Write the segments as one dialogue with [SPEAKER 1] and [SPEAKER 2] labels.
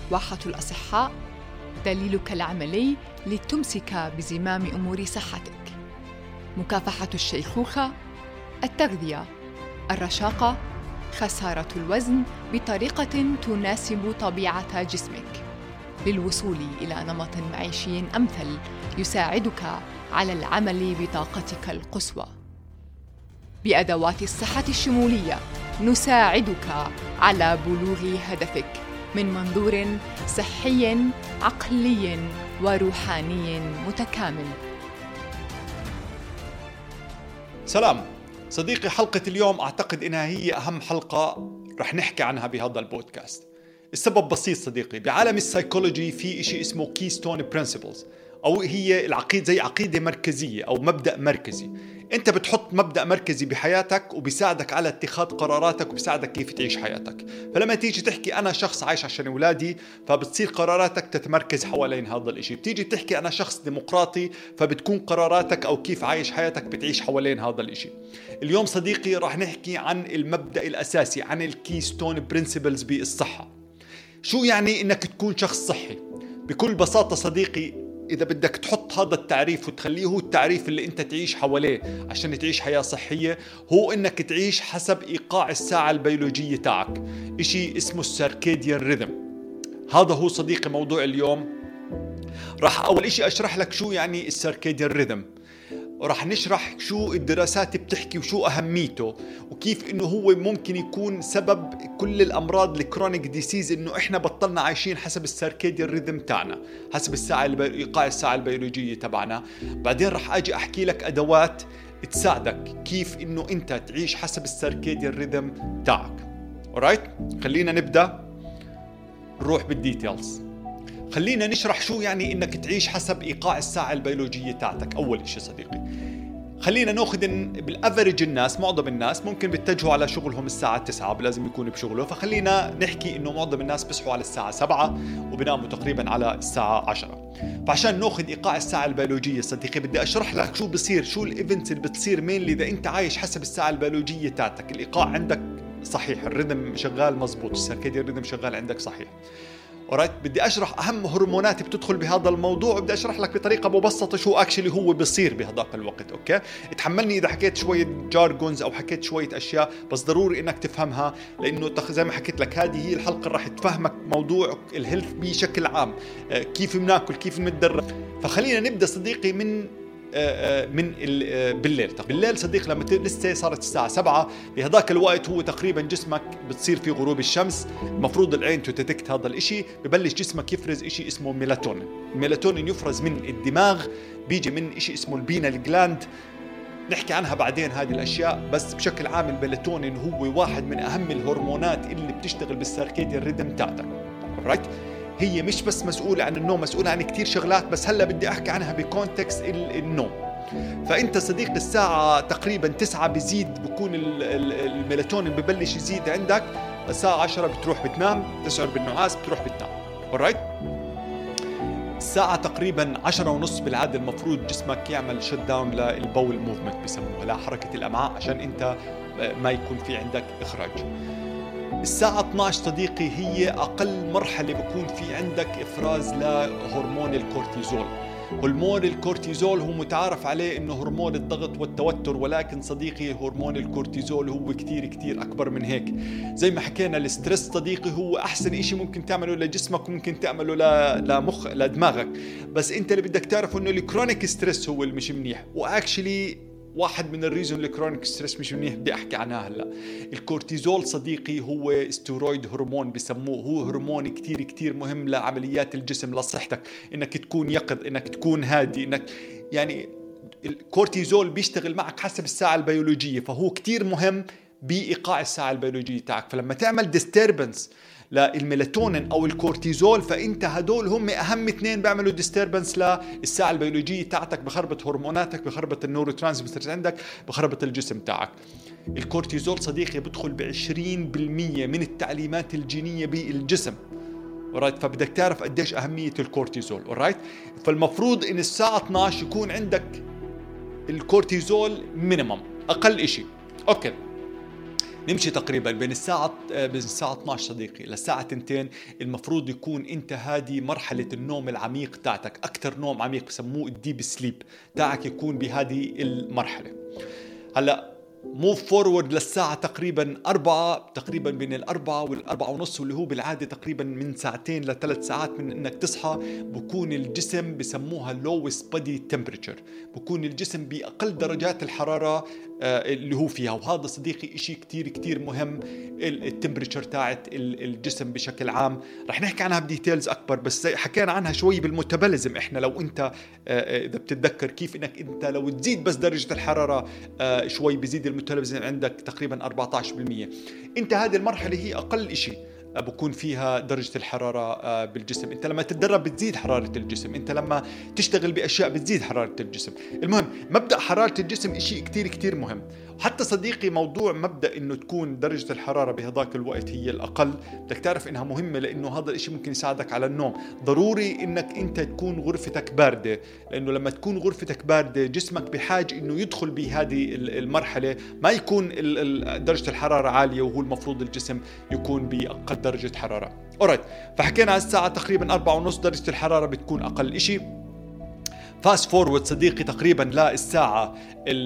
[SPEAKER 1] واحة الأصحاء، دليلك العملي لتمسك بزمام أمور صحتك. مكافحة الشيخوخة، التغذية، الرشاقة، خسارة الوزن بطريقة تناسب طبيعة جسمك، للوصول إلى نمط معيشي أمثل يساعدك على العمل بطاقتك القصوى. بأدوات الصحة الشمولية نساعدك على بلوغ هدفك من منظور صحي عقلي وروحاني متكامل.
[SPEAKER 2] سلام صديقي، حلقة اليوم أعتقد إنها هي أهم حلقة رح نحكي عنها بهذا البودكاست. السبب بسيط صديقي، بعالم السايكولوجي في إشي اسمه Keystone Principles، أو هي العقيدة زي عقيدة مركزية أو مبدأ مركزي. أنت بتحط مبدأ مركزي بحياتك وبيساعدك على اتخاذ قراراتك وبيساعدك كيف تعيش حياتك. فلما تيجي تحكي أنا شخص عايش عشان أولادي، فبتصير قراراتك تتمركز حوالين هذا الإشي. بتيجي تحكي أنا شخص ديمقراطي، فبتكون قراراتك أو كيف عايش حياتك بتعيش حوالين هذا الإشي. اليوم صديقي راح نحكي عن المبدأ الأساسي، عن الكيستون برينسيبلز بالصحة. شو يعني إنك تكون شخص صحي؟ بكل بساطة صديقي، إذا بدك تحط هذا التعريف وتخليه هو التعريف اللي أنت تعيش حواليه عشان تعيش حياة صحية، هو إنك تعيش حسب إيقاع الساعة البيولوجية تاعك، إشي اسمه السيركيديان ريذم. هذا هو صديقي موضوع اليوم. راح أول إشي أشرح لك شو يعني السيركيديان ريذم، وراح نشرح شو الدراسات بتحكي وشو أهميته، وكيف إنه هو ممكن يكون سبب كل الأمراض الكرونيك ديسيز، إنه إحنا بطلنا عايشين حسب السيركيديان ريذم تاعنا، حسب إيقاع الساعة البيولوجية تبعنا. بعدين راح أجي أحكي لك أدوات تساعدك كيف إنه أنت تعيش حسب السيركيديان ريذم تاعك. alright، خلينا نبدأ نروح بالديتيلز. خلينا نشرح شو يعني إنك تعيش حسب إيقاع الساعة البيولوجية تاعتك. أول إشي صديقي، خلينا ناخذ بالأفريج الناس، معظم الناس ممكن بيتجهوا على شغلهم الساعة 9، لازم يكون بشغله. فخلينا نحكي إنه معظم الناس بيصحوا على الساعة 7 وبناموا تقريبا على الساعة 10. فعشان ناخذ إيقاع الساعة البيولوجية صديقي، بدي أشرح لك شو بصير، شو الإيفنتس اللي بتصير مين إذا أنت عايش حسب الساعة البيولوجية تاعتك. الإيقاع عندك صحيح، الريذم شغال مزبوط، السيركيديان ريذم شغال عندك صحيح. alright، بدي أشرح أهم هرمونات بتدخل بهذا الموضوع، وبدي أشرح لك بطريقة مبسطة شو أكشلي هو بيصير بهذاك الوقت. أوكي، اتحملني إذا حكيت شوية جارجونز أو حكيت شوية أشياء، بس ضروري إنك تفهمها، لأنه زي ما حكيت لك هذه هي الحلقة اللي راح تفهمك موضوع الهيلث بشكل عام، كيف بناكل، كيف بنتدرب. فخلينا نبدأ صديقي من بالليل صديق، لما لسه صارت الساعة 7، بهذاك الوقت هو تقريبا جسمك بتصير في غروب الشمس، المفروض العين تتدكت هذا الاشي، ببلش جسمك يفرز اشي اسمه ميلاتونين. الميلاتونين يفرز من الدماغ، بيجي من اشي اسمه البينال جلاند، نحكي عنها بعدين هذه الاشياء. بس بشكل عام الميلاتونين هو واحد من اهم الهرمونات اللي بتشتغل بالسيركيديان ريذم تاعتك. رايت، هي مش بس مسؤولة عن النوم، مسؤولة عن كتير شغلات، بس هلأ بدي أحكي عنها بكونتكست النوم. فأنت صديق الساعة تقريبا 9 بيزيد، بكون الميلاتونين ببلش يزيد عندك. الساعة 10 بتروح بتنام، تشعر بالنعاس بتروح بتنام. alright، الساعة تقريبا 10:30 بالعادة المفروض جسمك يعمل شت داون للبول موفمنت بسموها، لحركة الأمعاء، عشان أنت ما يكون في عندك إخراج. الساعة 12 صديقي هي أقل مرحلة بكون في عندك إفراز لهرمون الكورتيزول. هرمون الكورتيزول هو متعارف عليه إنه هرمون الضغط والتوتر، ولكن صديقي هرمون الكورتيزول هو كتير كتير أكبر من هيك. زي ما حكينا الستريس صديقي هو أحسن إشي ممكن تعمله لجسمك وممكن تعمله لدماغك، بس أنت اللي بدك تعرفه إنه الكرونيك ستريس هو اللي مش منيح. وأكشلي واحد من الريزون الكرونيك ستريس مش منيح بدي احكي عنها هلا. الكورتيزول صديقي هو ستيرويد هرمون بسموه، هو هرمون كتير كتير مهم لعمليات الجسم، لصحتك، انك تكون يقظ، انك تكون هادي، انك يعني الكورتيزول بيشتغل معك حسب الساعة البيولوجية، فهو كتير مهم بإيقاع الساعة البيولوجية تاعك. فلما تعمل ديستربنس للميلاتونين او الكورتيزول، فانت هدول هم اهم اثنين بيعملوا ديستربنس للساعه البيولوجيه تاعتك، بخربط هرموناتك، بخربط النورو ترانسميترز عندك، بخربط الجسم تاعك. الكورتيزول صديقي بدخل ب20% من التعليمات الجينيه بالجسم. alright، فبدك تعرف قديش اهميه الكورتيزول. alright، فالمفروض ان الساعه 12 يكون عندك الكورتيزول مينيمم، اقل اشي. اوكي، نمشي تقريبا بين الساعة 12 صديقي للساعة 2 المفروض يكون انت هذه مرحلة النوم العميق تاعتك، اكثر نوم عميق بسموه الديب سليب تاعك يكون بهذه المرحلة. هلا موف فورورد للساعة تقريبا 4، تقريبا بين 4 و4 ونص، واللي هو بالعادة تقريبا من 2 ل3 ساعات من انك تصحى، بكون الجسم بسموها lowest body temperature، بكون الجسم بأقل درجات الحرارة اللي هو فيها. وهذا صديقي اشي كتير كتير مهم، التمبريتشر تاعت الجسم بشكل عام. رح نحكي عنها بديتيلز اكبر، بس حكينا عنها شوي بالميتابوليزم. احنا لو انت اذا بتتذكر كيف انك انت لو تزيد بس درجة الحرارة شوي بزيد الميتابوليزم عندك تقريبا 14%. انت هذه المرحلة هي اقل اشي بكون فيها درجة الحرارة بالجسم. انت لما تتدرب بتزيد حرارة الجسم، انت لما تشتغل بأشياء بتزيد حرارة الجسم. المهم مبدأ حرارة الجسم اشي كتير كتير مهم. وحتى صديقي موضوع مبدأ انه تكون درجة الحرارة بهذاك الوقت هي الأقل، بدك تعرف انها مهمة، لانه هذا الاشي ممكن يساعدك على النوم. ضروري انك انت تكون غرفتك باردة، لانه لما تكون غرفتك باردة جسمك بحاج انه يدخل بهذه المرحلة، ما يكون درجة الحرارة عالية وهو المفروض الجسم يكون بأقل درجة حرارة. أورايت، فحكينا على الساعة تقريبا 4:30 درجة الحرارة بتكون أقل إشي. فاست فورورد صديقي تقريبا للساعة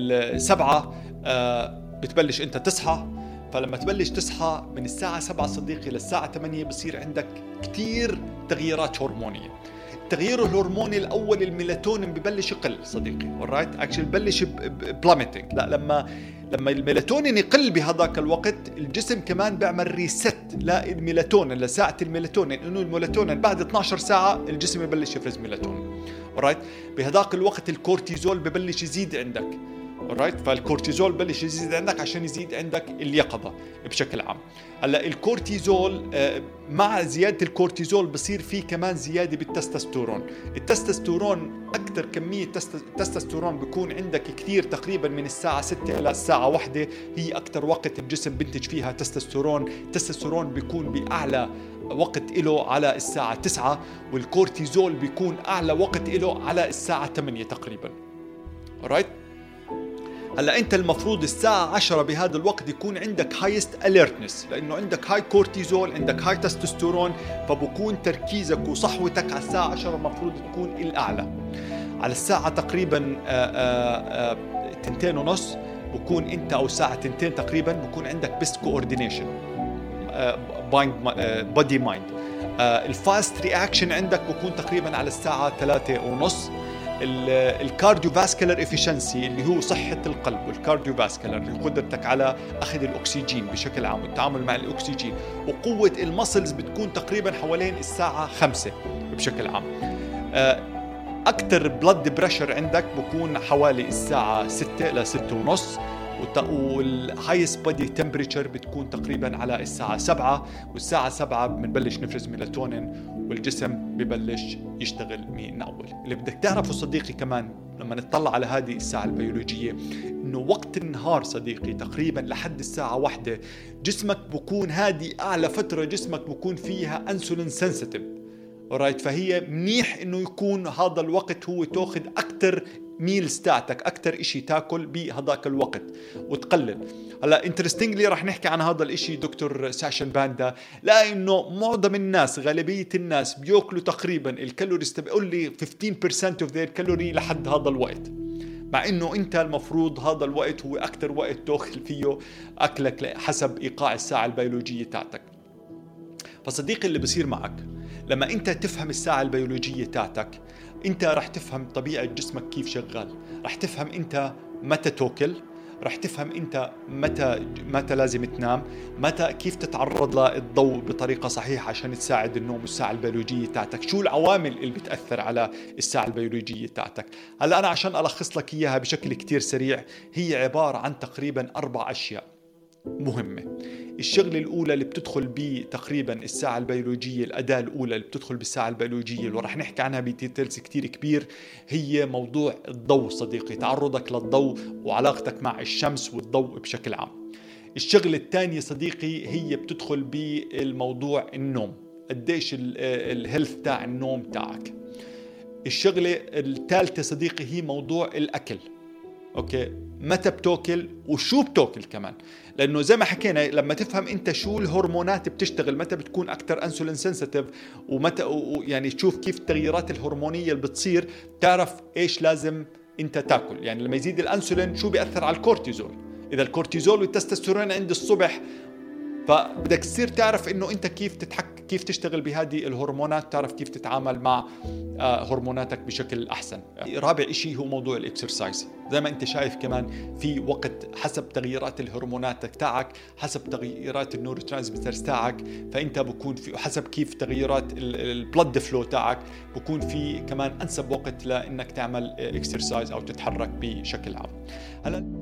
[SPEAKER 2] 7 بتبلش أنت تصحى. فلما تبلش تصحى من الساعة 7 صديقي للساعة 8 بصير عندك كتير تغييرات هرمونية. التغيير الهرموني الأول الميلاتونين ببلش يقل صديقي، alright actually ببلش بلاميتنج. لا لما الميلاتونين يقل بهذاك الوقت الجسم كمان بيعمل ريست للميلاتونين، لساعة الميلاتونين، إنه الميلاتونين بعد 12 ساعة الجسم يبلش يفرز ميلاتونين. alright بهذاك الوقت الكورتيزول ببلش يزيد عندك، alright فالكورتيزول بلش يزيد عندك عشان يزيد عندك اليقظة بشكل عام. هلا الكورتيزول مع زيادة الكورتيزول بصير فيه كمان زيادة بالتستوستيرون. التستوستيرون أكثر كمية تستوستيرون بيكون عندك كثير، تقريبا من الساعة 6 إلى الساعة 1 هي أكثر وقت الجسم بنتج فيها تستوستيرون. التستوستيرون بيكون بأعلى وقت إله على الساعة 9، والكورتيزول بيكون أعلى وقت إله على الساعة 8 تقريبا. alright هلا انت المفروض الساعة 10 بهذا الوقت يكون عندك هايست اليرتنس، لانه عندك هاي كورتيزول، عندك هاي تستوستيرون، فبكون تركيزك وصحوتك على الساعة 10 المفروض تكون الاعلى. على الساعة تقريبا 2:30 بكون انت، او الساعة 2 تقريبا بكون عندك بيست كوردينيشن بودي مايند. الفاست رياكشن عندك بكون تقريبا على الساعة 3:30. الكارديو فاسكولار افيشنسي اللي هو صحة القلب، والكارديو فاسكولار قدرتك على أخذ الأكسجين بشكل عام والتعامل مع الأكسجين، وقوة المسلز بتكون تقريبا حوالين الساعة 5 بشكل عام. أكتر بلد بريشر عندك بكون حوالي الساعة 6 إلى 6:30، والهايست بودي تمبريتشر بتكون تقريبا على الساعة 7، والساعة 7 بنبلش نفرز ميلاتونين والجسم ببلش يشتغل من أول. اللي بدك تعرفه صديقي كمان لما نطلع على هذه الساعة البيولوجية، إنه وقت النهار صديقي تقريبا لحد الساعة 1 جسمك بكون هذه أعلى فترة جسمك بكون فيها أنسولين سنسيتيف. alright فهي منيح إنه يكون هذا الوقت هو تأخذ أكتر ميلز تاعتك، أكتر إشي تاكل بهذاك الوقت وتقلل. هلا انترستينجلي رح نحكي عن هذا الإشي دكتور ساشن باندا، لأنه معظم الناس غالبية الناس بيأكلوا تقريبا الكالوريز بيقول لي 15% of their calorie لحد هذا الوقت، مع إنه أنت المفروض هذا الوقت هو أكتر وقت تأكل فيه أكلك حسب إيقاع الساعة البيولوجية تاعتك. فصديقي اللي بصير معك لما أنت تفهم الساعة البيولوجية تاعتك، أنت رح تفهم طبيعة جسمك كيف شغال، رح تفهم أنت متى تأكل، رح تفهم أنت متى لازم تنام، متى كيف تتعرض للضوء بطريقة صحيحة عشان تساعد النوم والساعة البيولوجية تاعتك، شو العوامل اللي بتأثر على الساعة البيولوجية تاعتك. هلأ أنا عشان ألخص لك إياها بشكل كتير سريع، هي عبارة عن تقريبا 4 أشياء مهمة. الشغلة الأولى اللي بتدخل بتقريبا الساعة البيولوجية، الأداة الأولى اللي بتدخل بالساعة البيولوجية اللي رح نحكي عنها بديتيلز كتير كبير، هي موضوع الضوء صديقي، تعرضك للضوء وعلاقتك مع الشمس والضوء بشكل عام. الشغلة الثانية صديقي هي بتدخل بالموضوع النوم، قديش الهيلث تاع النوم تاعك. الشغلة الثالثة صديقي هي موضوع الأكل. اوكي متى بتاكل وشو بتاكل كمان، لانه زي ما حكينا لما تفهم انت شو الهرمونات بتشتغل، متى بتكون اكثر انسولين سنسيتيف، ومتى يعني تشوف كيف التغييرات الهرمونيه اللي بتصير، تعرف ايش لازم انت تاكل. يعني لما يزيد الانسولين شو بيأثر على الكورتيزول، اذا الكورتيزول والتستوستيرون عند الصبح، فبدك تصير تعرف انه انت كيف تشتغل بهذه الهرمونات، تعرف كيف تتعامل مع هرموناتك بشكل احسن. رابع اشي هو موضوع الاكسرسايز. زي ما انت شايف كمان في وقت حسب تغييرات الهرمونات تاعك، حسب تغييرات النيوروترانسميترز تاعك، فانت بكون في حسب كيف تغييرات البلد فلو تاعك، بكون في كمان انسب وقت لانك تعمل اكسرسايز او تتحرك بشكل عام. هلا